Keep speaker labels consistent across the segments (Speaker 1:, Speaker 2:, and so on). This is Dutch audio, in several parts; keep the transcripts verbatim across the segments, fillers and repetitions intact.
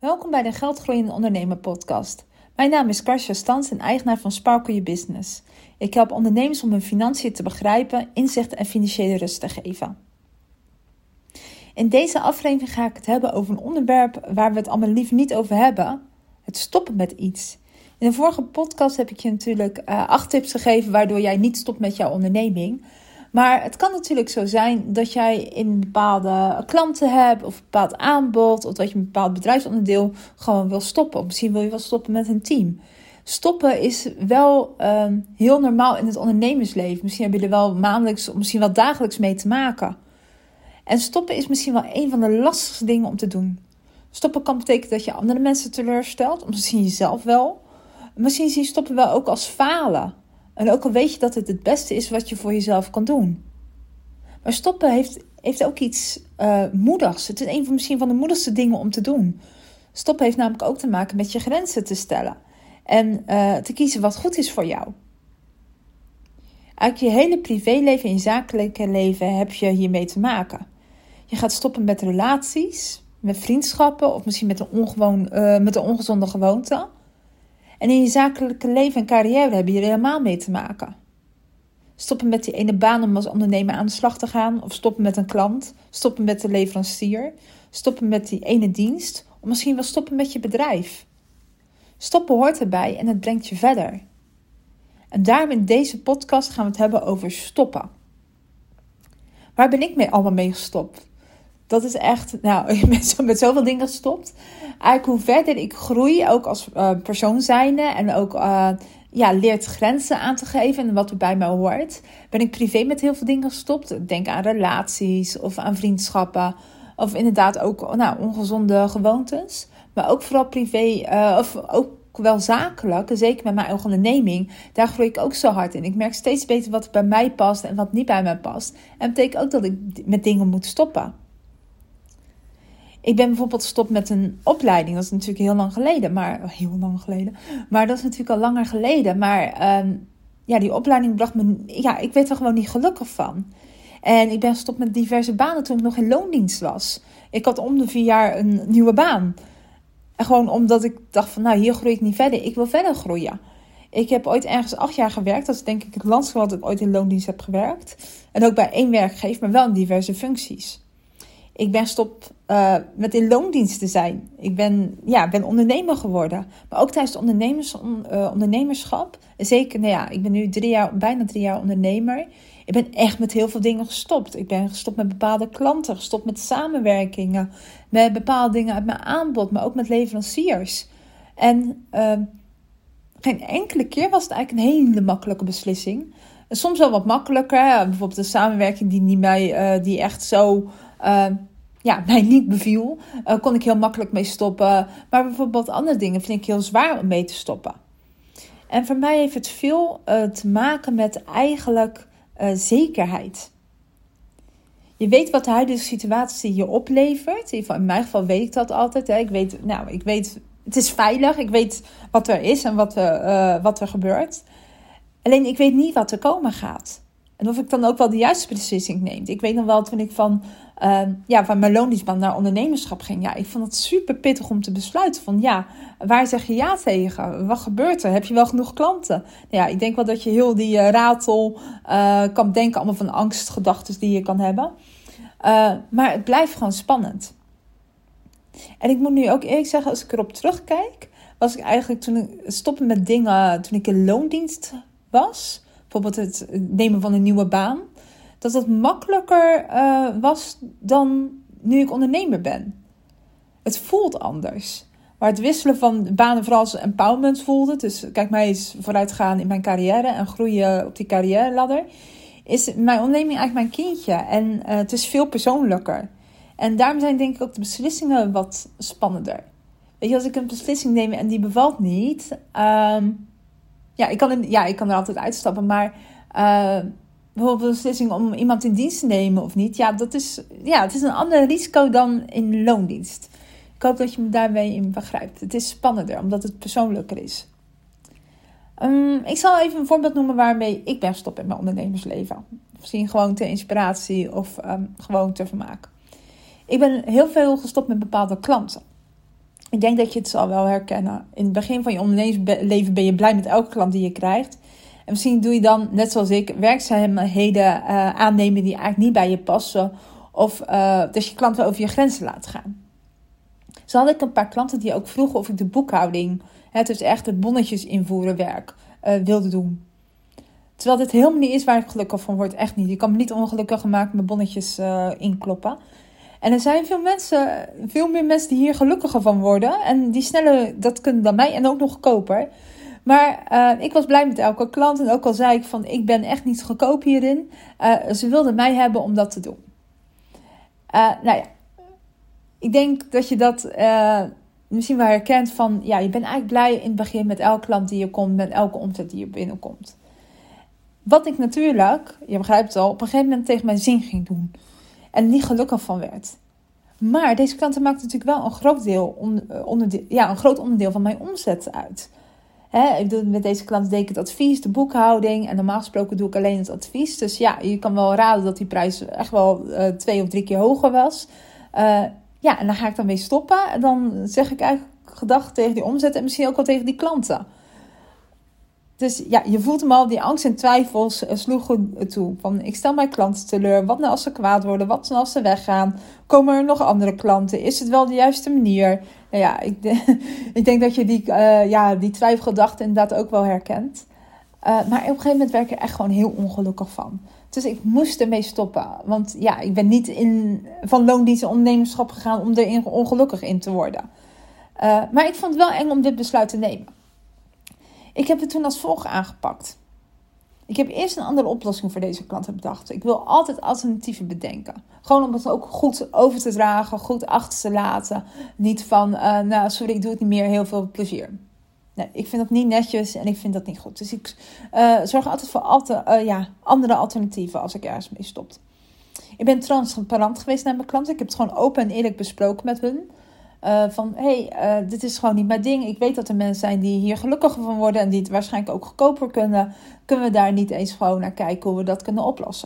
Speaker 1: Welkom bij de Geldgroeiende Ondernemer podcast. Mijn naam is Karsja Stans en eigenaar van Sparkle Your Business. Ik help ondernemers om hun financiën te begrijpen, inzicht en financiële rust te geven. In deze aflevering ga ik het hebben over een onderwerp waar we het allemaal liever niet over hebben. Het stoppen met iets. In de vorige podcast heb ik je natuurlijk uh, acht tips gegeven waardoor jij niet stopt met jouw onderneming. Maar het kan natuurlijk zo zijn dat jij in bepaalde klanten hebt of een bepaald aanbod of dat je een bepaald bedrijfsonderdeel gewoon wil stoppen. Of misschien wil je wel stoppen met een team. Stoppen is wel uh, heel normaal in het ondernemersleven. Misschien heb je er wel maandelijks of misschien wel dagelijks mee te maken. En stoppen is misschien wel een van de lastigste dingen om te doen. Stoppen kan betekenen dat je andere mensen teleurstelt, of misschien jezelf wel. Misschien zie je stoppen wel ook als falen. En ook al weet je dat het het beste is wat je voor jezelf kan doen. Maar stoppen heeft, heeft ook iets uh, moedigs. Het is een van misschien van de moedigste dingen om te doen. Stoppen heeft namelijk ook te maken met je grenzen te stellen. En uh, te kiezen wat goed is voor jou. Uit je hele privéleven en je zakelijke leven heb je hiermee te maken. Je gaat stoppen met relaties, met vriendschappen of misschien met een, ongewoon, uh, met een ongezonde gewoonte. En in je zakelijke leven en carrière heb je er helemaal mee te maken. Stoppen met die ene baan om als ondernemer aan de slag te gaan. Of stoppen met een klant. Stoppen met de leverancier. Stoppen met die ene dienst. Of misschien wel stoppen met je bedrijf. Stoppen hoort erbij en het brengt je verder. En daarom in deze podcast gaan we het hebben over stoppen. Waar ben ik mee allemaal mee gestopt? Dat is echt, nou, ik ben zo met zoveel dingen gestopt. Eigenlijk hoe verder ik groei, ook als uh, persoon zijnde. En ook uh, ja, leert grenzen aan te geven en wat er bij mij hoort. Ben ik privé met heel veel dingen gestopt. Denk aan relaties of aan vriendschappen. Of inderdaad ook nou, ongezonde gewoontes. Maar ook vooral privé, uh, of ook wel zakelijk. Zeker met mijn eigen onderneming. Daar groei ik ook zo hard in. Ik merk steeds beter wat bij mij past en wat niet bij mij past. En dat betekent ook dat ik met dingen moet stoppen. Ik ben bijvoorbeeld gestopt met een opleiding. Dat is natuurlijk heel lang geleden. Maar heel lang geleden. Maar dat is natuurlijk al langer geleden. Maar um, ja, die opleiding bracht me... Ja, ik werd er gewoon niet gelukkig van. En ik ben gestopt met diverse banen toen ik nog in loondienst was. Ik had om de vier jaar een nieuwe baan. En gewoon omdat ik dacht van, nou, hier groei ik niet verder. Ik wil verder groeien. Ik heb ooit ergens acht jaar gewerkt. Dat is denk ik het langste wat ik ooit in loondienst heb gewerkt. En ook bij één werkgever, maar wel in diverse functies. Ik ben gestopt uh, met in loondienst te zijn. Ik ben, ja, ben ondernemer geworden. Maar ook tijdens het ondernemers, on, uh, ondernemerschap. Zeker, nou ja, ik ben nu drie jaar, bijna drie jaar ondernemer. Ik ben echt met heel veel dingen gestopt. Ik ben gestopt met bepaalde klanten. Gestopt met samenwerkingen. Met bepaalde dingen uit mijn aanbod. Maar ook met leveranciers. En uh, geen enkele keer was het eigenlijk een hele makkelijke beslissing. En soms wel wat makkelijker. Bijvoorbeeld een samenwerking die, niet mij, uh, die echt zo... Uh, ja, mij niet beviel, uh, kon ik heel makkelijk mee stoppen. Maar bijvoorbeeld andere dingen vind ik heel zwaar om mee te stoppen. En voor mij heeft het veel uh, te maken met eigenlijk uh, zekerheid. Je weet wat de huidige situatie je oplevert. In, ieder geval, in mijn geval weet ik dat altijd. Hè. Ik weet, nou, ik weet, het is veilig. Ik weet wat er is en wat er, uh, wat er gebeurt. Alleen ik weet niet wat er komen gaat. En of ik dan ook wel de juiste beslissing neem. Ik weet nog wel toen ik van, uh, ja, van mijn loondienstbaan naar ondernemerschap ging. Ja, ik vond het super pittig om te besluiten. Van ja, waar zeg je ja tegen? Wat gebeurt er? Heb je wel genoeg klanten? Nou ja, ik denk wel dat je heel die uh, ratel uh, kan denken. Allemaal van angstgedachten die je kan hebben. Uh, maar het blijft gewoon spannend. En ik moet nu ook eerlijk zeggen, als ik erop terugkijk. Was ik eigenlijk toen ik stoppen met dingen toen ik in loondienst was. Bijvoorbeeld het nemen van een nieuwe baan. Dat dat makkelijker uh, was dan nu ik ondernemer ben. Het voelt anders. Maar het wisselen van banen vooral als empowerment voelde. Dus kijk, mij eens vooruitgaan in mijn carrière en groeien op die carrière-ladder. Is mijn onderneming eigenlijk mijn kindje. En uh, het is veel persoonlijker. En daarom zijn denk ik ook de beslissingen wat spannender. Weet je, als ik een beslissing neem en die bevalt niet... Um, Ja ik, kan in, ja, ik kan er altijd uitstappen, maar uh, bijvoorbeeld een beslissing om iemand in dienst te nemen of niet. Ja, dat is, ja, het is een ander risico dan in loondienst. Ik hoop dat je me daarmee in begrijpt. Het is spannender, omdat het persoonlijker is. Um, ik zal even een voorbeeld noemen waarmee ik ben gestopt in mijn ondernemersleven. Misschien gewoon ter inspiratie of um, gewoon ter vermaak. Ik ben heel veel gestopt met bepaalde klanten. Ik denk dat je het zal wel herkennen. In het begin van je ondernemersleven ben je blij met elke klant die je krijgt. En misschien doe je dan, net zoals ik, werkzaamheden uh, aannemen die eigenlijk niet bij je passen. Of uh, dat je klanten over je grenzen laat gaan. Zo had ik een paar klanten die ook vroegen of ik de boekhouding, het is echt het bonnetjes invoeren werk, uh, wilde doen. Terwijl dit helemaal niet is waar ik gelukkig van word. Echt niet. Je kan me niet ongelukkig maken met bonnetjes uh, inkloppen. En er zijn veel mensen, veel meer mensen die hier gelukkiger van worden. En die sneller dat kunnen dan mij en ook nog goedkoper. Maar uh, ik was blij met elke klant. En ook al zei ik van ik ben echt niet goedkoop hierin. Uh, ze wilden mij hebben om dat te doen. Uh, nou ja. Ik denk dat je dat uh, misschien wel herkent van ja, je bent eigenlijk blij in het begin met elke klant die je komt. Met elke omzet die je binnenkomt. Wat ik natuurlijk, je begrijpt het al, op een gegeven moment tegen mijn zin ging doen. En er niet gelukkig van werd. Maar deze klanten maakten natuurlijk wel een groot, deel, onderdeel, ja, een groot onderdeel van mijn omzet uit. Hè, ik doe met deze klanten deed ik het advies, de boekhouding. En normaal gesproken doe ik alleen het advies. Dus ja, je kan wel raden dat die prijs echt wel uh, twee of drie keer hoger was. Uh, ja, en dan ga ik dan mee stoppen. En dan zeg ik eigenlijk gedag tegen die omzet en misschien ook wel tegen die klanten. Dus ja, je voelt hem al, die angst en twijfels uh, sloegen toe. Van, ik stel mijn klanten teleur. Wat nou als ze kwaad worden? Wat nou als ze weggaan? Komen er nog andere klanten? Is het wel de juiste manier? Nou ja, ik, de, ik denk dat je die, uh, ja, die twijfelgedachten inderdaad ook wel herkent. Uh, maar op een gegeven moment werd ik er echt gewoon heel ongelukkig van. Dus ik moest ermee stoppen. Want ja, ik ben niet in, van loondienst en ondernemerschap gegaan om er ongelukkig in te worden. Uh, maar ik vond het wel eng om dit besluit te nemen. Ik heb het toen als volgt aangepakt. Ik heb eerst een andere oplossing voor deze klanten bedacht. Ik wil altijd alternatieven bedenken. Gewoon om het ook goed over te dragen, goed achter te laten. Niet van, uh, nou sorry, ik doe het niet meer, heel veel plezier. Nee, ik vind dat niet netjes en ik vind dat niet goed. Dus ik uh, zorg altijd voor alter, uh, ja, andere alternatieven als ik ergens mee stop. Ik ben transparant geweest naar mijn klanten. Ik heb het gewoon open en eerlijk besproken met hun. Uh, van, hé, hey, uh, dit is gewoon niet mijn ding. Ik weet dat er mensen zijn die hier gelukkiger van worden en die het waarschijnlijk ook goedkoper kunnen. Kunnen we daar niet eens gewoon naar kijken hoe we dat kunnen oplossen?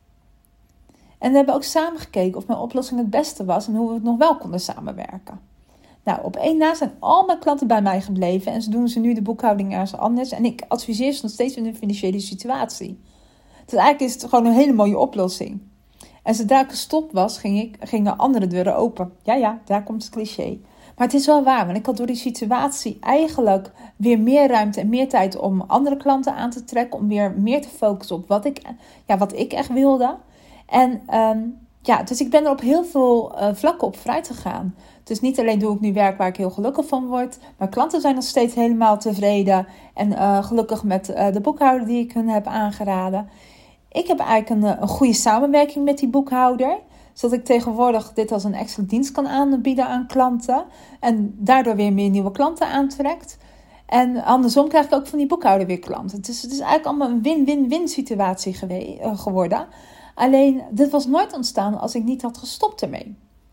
Speaker 1: En we hebben ook samen gekeken of mijn oplossing het beste was en hoe we het nog wel konden samenwerken. Nou, op één na zijn al mijn klanten bij mij gebleven en ze doen ze nu de boekhouding ergens anders. En ik adviseer ze nog steeds in hun financiële situatie. Dus eigenlijk is het gewoon een hele mooie oplossing. En zodra ik gestopt was, ging ik, gingen andere deuren open. Ja, ja, daar komt het cliché. Maar het is wel waar, want ik had door die situatie eigenlijk weer meer ruimte en meer tijd om andere klanten aan te trekken. Om weer meer te focussen op wat ik, ja, wat ik echt wilde. En um, ja, dus ik ben er op heel veel uh, vlakken op vooruit gegaan. Dus niet alleen doe ik nu werk waar ik heel gelukkig van word. Maar klanten zijn nog steeds helemaal tevreden. En uh, gelukkig met uh, de boekhouder die ik hun heb aangeraden. Ik heb eigenlijk een, een goede samenwerking met die boekhouder. Zodat ik tegenwoordig dit als een extra dienst kan aanbieden aan klanten. En daardoor weer meer nieuwe klanten aantrekt. En andersom krijg ik ook van die boekhouder weer klanten. Dus het is eigenlijk allemaal een win-win-win situatie gewe- uh, geworden. Alleen, dit was nooit ontstaan als ik niet had gestopt ermee.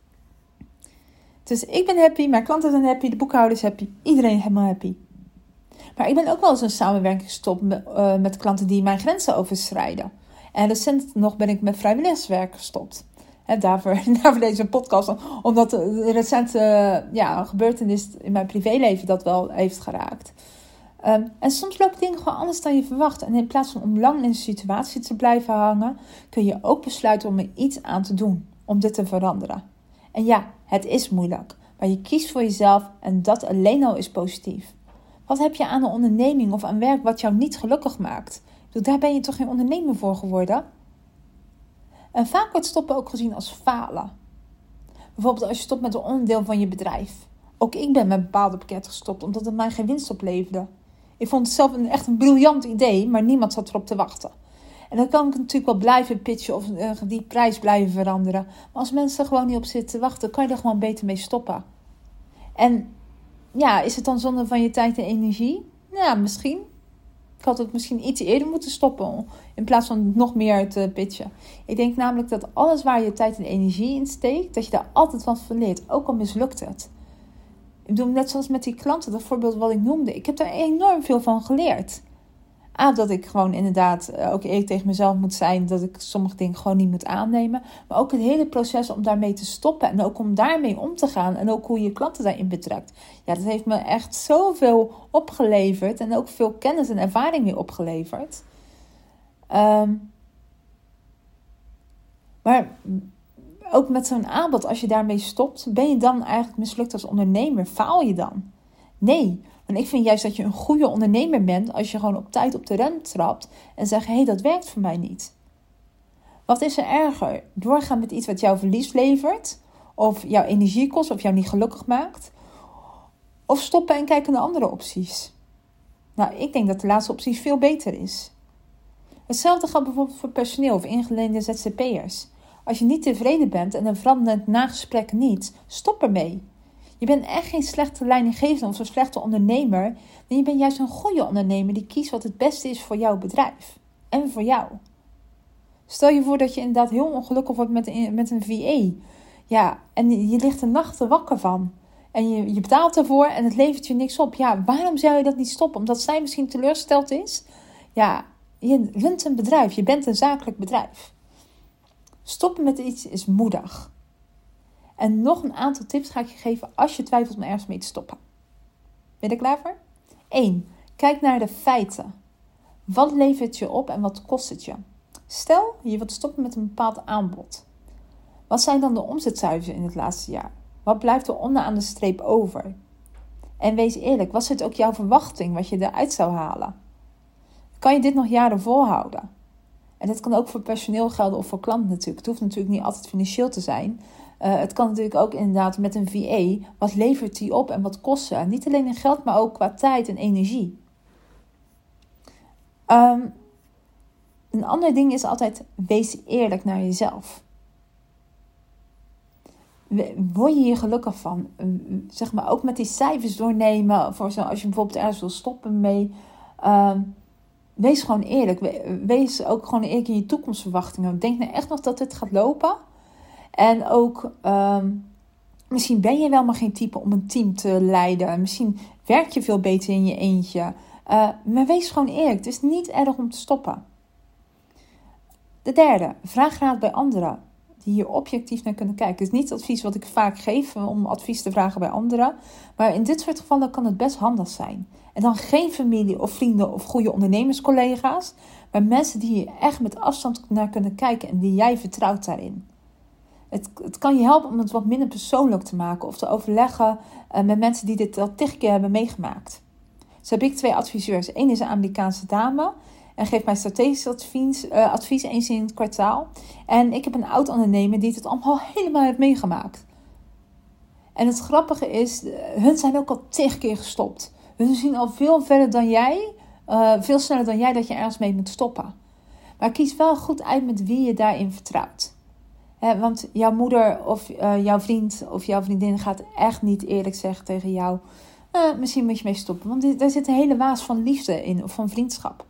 Speaker 1: Dus ik ben happy, mijn klanten zijn happy, de boekhouder is happy. Iedereen helemaal happy. Maar ik ben ook wel eens een samenwerking gestopt met, uh, met klanten die mijn grenzen overschrijden. En recent nog ben ik met vrijwilligerswerk gestopt. En daarvoor, daarvoor deze podcast. Omdat de recente uh, ja, gebeurtenis in mijn privéleven dat wel heeft geraakt. Um, en soms lopen dingen gewoon anders dan je verwacht. En in plaats van om lang in een situatie te blijven hangen, kun je ook besluiten om er iets aan te doen. Om dit te veranderen. En ja, het is moeilijk. Maar je kiest voor jezelf en dat alleen al is positief. Wat heb je aan een onderneming of aan werk wat jou niet gelukkig maakt? Daar ben je toch geen ondernemer voor geworden? En vaak wordt stoppen ook gezien als falen. Bijvoorbeeld als je stopt met een onderdeel van je bedrijf. Ook ik ben met bepaalde pakketten gestopt omdat het mij geen winst opleverde. Ik vond het zelf een, echt een briljant idee, maar niemand zat erop te wachten. En dan kan ik natuurlijk wel blijven pitchen of uh, die prijs blijven veranderen. Maar als mensen er gewoon niet op zitten te wachten, kan je er gewoon beter mee stoppen. En ja, is het dan zonde van je tijd en energie? Ja, misschien. Ik had het misschien iets eerder moeten stoppen in plaats van nog meer te pitchen. Ik denk namelijk dat alles waar je tijd en energie in steekt, dat je daar altijd wat van leert. Ook al mislukt het. Ik bedoel, net zoals met die klanten, dat voorbeeld wat ik noemde. Ik heb daar enorm veel van geleerd. A, dat ik gewoon inderdaad uh, ook eerlijk tegen mezelf moet zijn. Dat ik sommige dingen gewoon niet moet aannemen. Maar ook het hele proces om daarmee te stoppen. En ook om daarmee om te gaan. En ook hoe je klanten daarin betrekt. Ja, dat heeft me echt zoveel opgeleverd. En ook veel kennis en ervaring mee opgeleverd. Um, maar ook met zo'n aanbod, als je daarmee stopt, ben je dan eigenlijk mislukt als ondernemer? Faal je dan? Nee, want ik vind juist dat je een goede ondernemer bent als je gewoon op tijd op de rem trapt en zegt, hé, hey, dat werkt voor mij niet. Wat is er erger? Doorgaan met iets wat jou verlies levert, of jouw energie kost, of jou niet gelukkig maakt, of stoppen en kijken naar andere opties? Nou, ik denk dat de laatste optie veel beter is. Hetzelfde geldt bijvoorbeeld voor personeel of ingeleende Z Z P'ers. Als je niet tevreden bent en een verandert na gesprek niet, stop ermee. Je bent echt geen slechte leidinggevende of een slechte ondernemer. Maar je bent juist een goede ondernemer die kiest wat het beste is voor jouw bedrijf. En voor jou. Stel je voor dat je inderdaad heel ongelukkig wordt met een, met een V A. Ja, en je ligt er nachten wakker van. En je, je betaalt ervoor en het levert je niks op. Ja, waarom zou je dat niet stoppen? Omdat zij misschien teleurgesteld is? Ja, je runt een bedrijf. Je bent een zakelijk bedrijf. Stoppen met iets is moedig. En nog een aantal tips ga ik je geven als je twijfelt om ergens mee te stoppen. Ben je er klaar voor? één. Kijk naar de feiten. Wat levert je op en wat kost het je? Stel, je wilt stoppen met een bepaald aanbod. Wat zijn dan de omzetcijfers in het laatste jaar? Wat blijft er onderaan de streep over? En wees eerlijk, was het ook jouw verwachting wat je eruit zou halen? Kan je dit nog jaren volhouden? En dit kan ook voor personeel gelden of voor klanten natuurlijk. Het hoeft natuurlijk niet altijd financieel te zijn. Uh, het kan natuurlijk ook inderdaad met een V A. Wat levert die op en wat kost ze? Niet alleen in geld, maar ook qua tijd en energie. Um, een ander ding is altijd, wees eerlijk naar jezelf. Word je hier gelukkig van? Zeg maar ook met die cijfers doornemen. Voor zo, als je bijvoorbeeld ergens wil stoppen mee. Um, wees gewoon eerlijk. Wees ook gewoon eerlijk in je toekomstverwachtingen. Denk nou echt nog dat dit gaat lopen. En ook, um, misschien ben je wel maar geen type om een team te leiden. Misschien werk je veel beter in je eentje. Uh, maar wees gewoon eerlijk. Het is niet erg om te stoppen. De derde, vraag raad bij anderen die hier objectief naar kunnen kijken. Het is niet het advies wat ik vaak geef om advies te vragen bij anderen. Maar in dit soort gevallen kan het best handig zijn. En dan geen familie of vrienden of goede ondernemerscollega's. Maar mensen die hier echt met afstand naar kunnen kijken en die jij vertrouwt daarin. Het, het kan je helpen om het wat minder persoonlijk te maken. Of te overleggen uh, met mensen die dit al tig keer hebben meegemaakt. Zo heb ik twee adviseurs. Eén is een Amerikaanse dame. En geeft mij strategisch advies, uh, advies eens in het kwartaal. En ik heb een oud ondernemer die het allemaal helemaal heeft meegemaakt. En het grappige is, hun zijn ook al tig keer gestopt. Hun zien al veel verder dan jij. Uh, veel sneller dan jij dat je ergens mee moet stoppen. Maar kies wel goed uit met wie je daarin vertrouwt. He, want jouw moeder of uh, jouw vriend of jouw vriendin gaat echt niet eerlijk zeggen tegen jou. Uh, misschien moet je mee stoppen. Want daar zit een hele waas van liefde in of van vriendschap.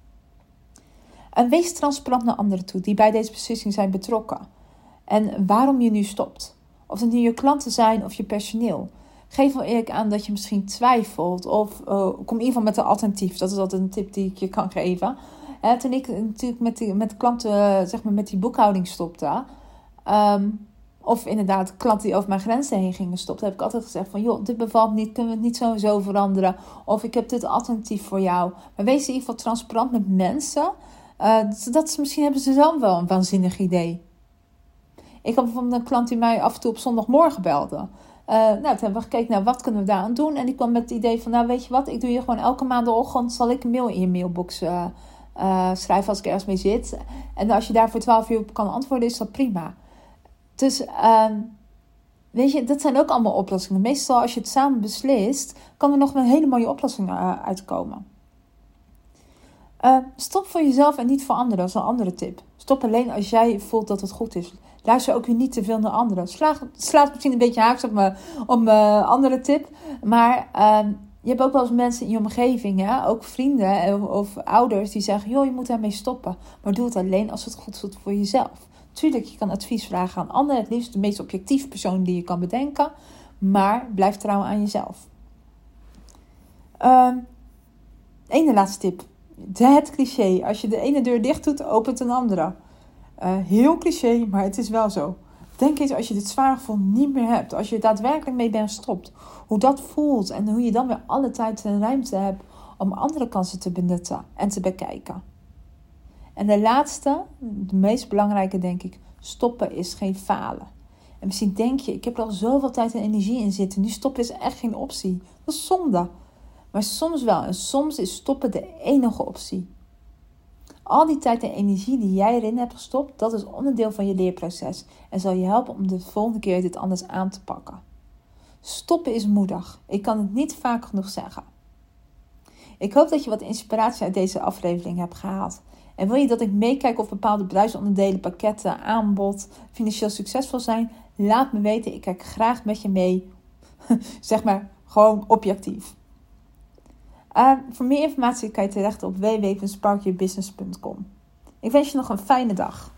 Speaker 1: En wees transparant naar anderen toe die bij deze beslissing zijn betrokken. En waarom je nu stopt. Of het nu je klanten zijn of je personeel. Geef wel eerlijk aan dat je misschien twijfelt. Of uh, kom in ieder geval met een alternatief. Dat is altijd een tip die ik je kan geven. Hè, toen ik natuurlijk met, die, met klanten, zeg maar met die boekhouding stopte. Um, of inderdaad klanten die over mijn grenzen heen gingen stoppen. Heb ik altijd gezegd van joh, dit bevalt niet. Kunnen we het niet sowieso veranderen. Of ik heb dit alternatief voor jou. Maar wees in ieder geval transparant met mensen. Uh, dat ze, misschien hebben ze zelf wel een waanzinnig idee. Ik had bijvoorbeeld een klant die mij af en toe op zondagmorgen belde. Uh, nou, toen hebben we gekeken naar wat kunnen we daaraan doen. En die kwam met het idee van, nou weet je wat, ik doe je gewoon elke maandagochtend zal ik een mail in je mailbox uh, uh, schrijven als ik ergens mee zit. En als je daar voor twaalf uur op kan antwoorden, is dat prima. Dus, uh, weet je, dat zijn ook allemaal oplossingen. Meestal als je het samen beslist, kan er nog een hele mooie oplossing uh, uitkomen. Uh, stop voor jezelf en niet voor anderen. Dat is een andere tip. Stop alleen als jij voelt dat het goed is. Luister ook weer niet te veel naar anderen. Slaat, slaat misschien een beetje haaks op mijn, op mijn andere tip. Maar uh, je hebt ook wel eens mensen in je omgeving. Ja? Ook vrienden of, of ouders die zeggen. Joh, je moet daarmee stoppen. Maar doe het alleen als het goed voelt voor jezelf. Tuurlijk, je kan advies vragen aan anderen. Het liefst de meest objectieve persoon die je kan bedenken. Maar blijf trouw aan jezelf. Uh, Eén de laatste tip. Het cliché. Als je de ene deur dicht doet, opent een andere. Uh, heel cliché, maar het is wel zo. Denk eens als je dit zware gevoel niet meer hebt. Als je er daadwerkelijk mee bent gestopt. Hoe dat voelt en hoe je dan weer alle tijd en ruimte hebt om andere kansen te benutten en te bekijken. En de laatste, de meest belangrijke denk ik, stoppen is geen falen. En misschien denk je, ik heb er al zoveel tijd en energie in zitten. Nu stoppen is echt geen optie. Dat is zonde. Maar soms wel. En soms is stoppen de enige optie. Al die tijd en energie die jij erin hebt gestopt, dat is onderdeel van je leerproces. En zal je helpen om de volgende keer dit anders aan te pakken. Stoppen is moedig. Ik kan het niet vaak genoeg zeggen. Ik hoop dat je wat inspiratie uit deze aflevering hebt gehaald. En wil je dat ik meekijk of bepaalde bedrijfsonderdelen, pakketten, aanbod financieel succesvol zijn? Laat me weten. Ik kijk graag met je mee. Zeg maar gewoon objectief. Uh, voor meer informatie kan je terecht op w w w punt spark your business punt com. Ik wens je nog een fijne dag.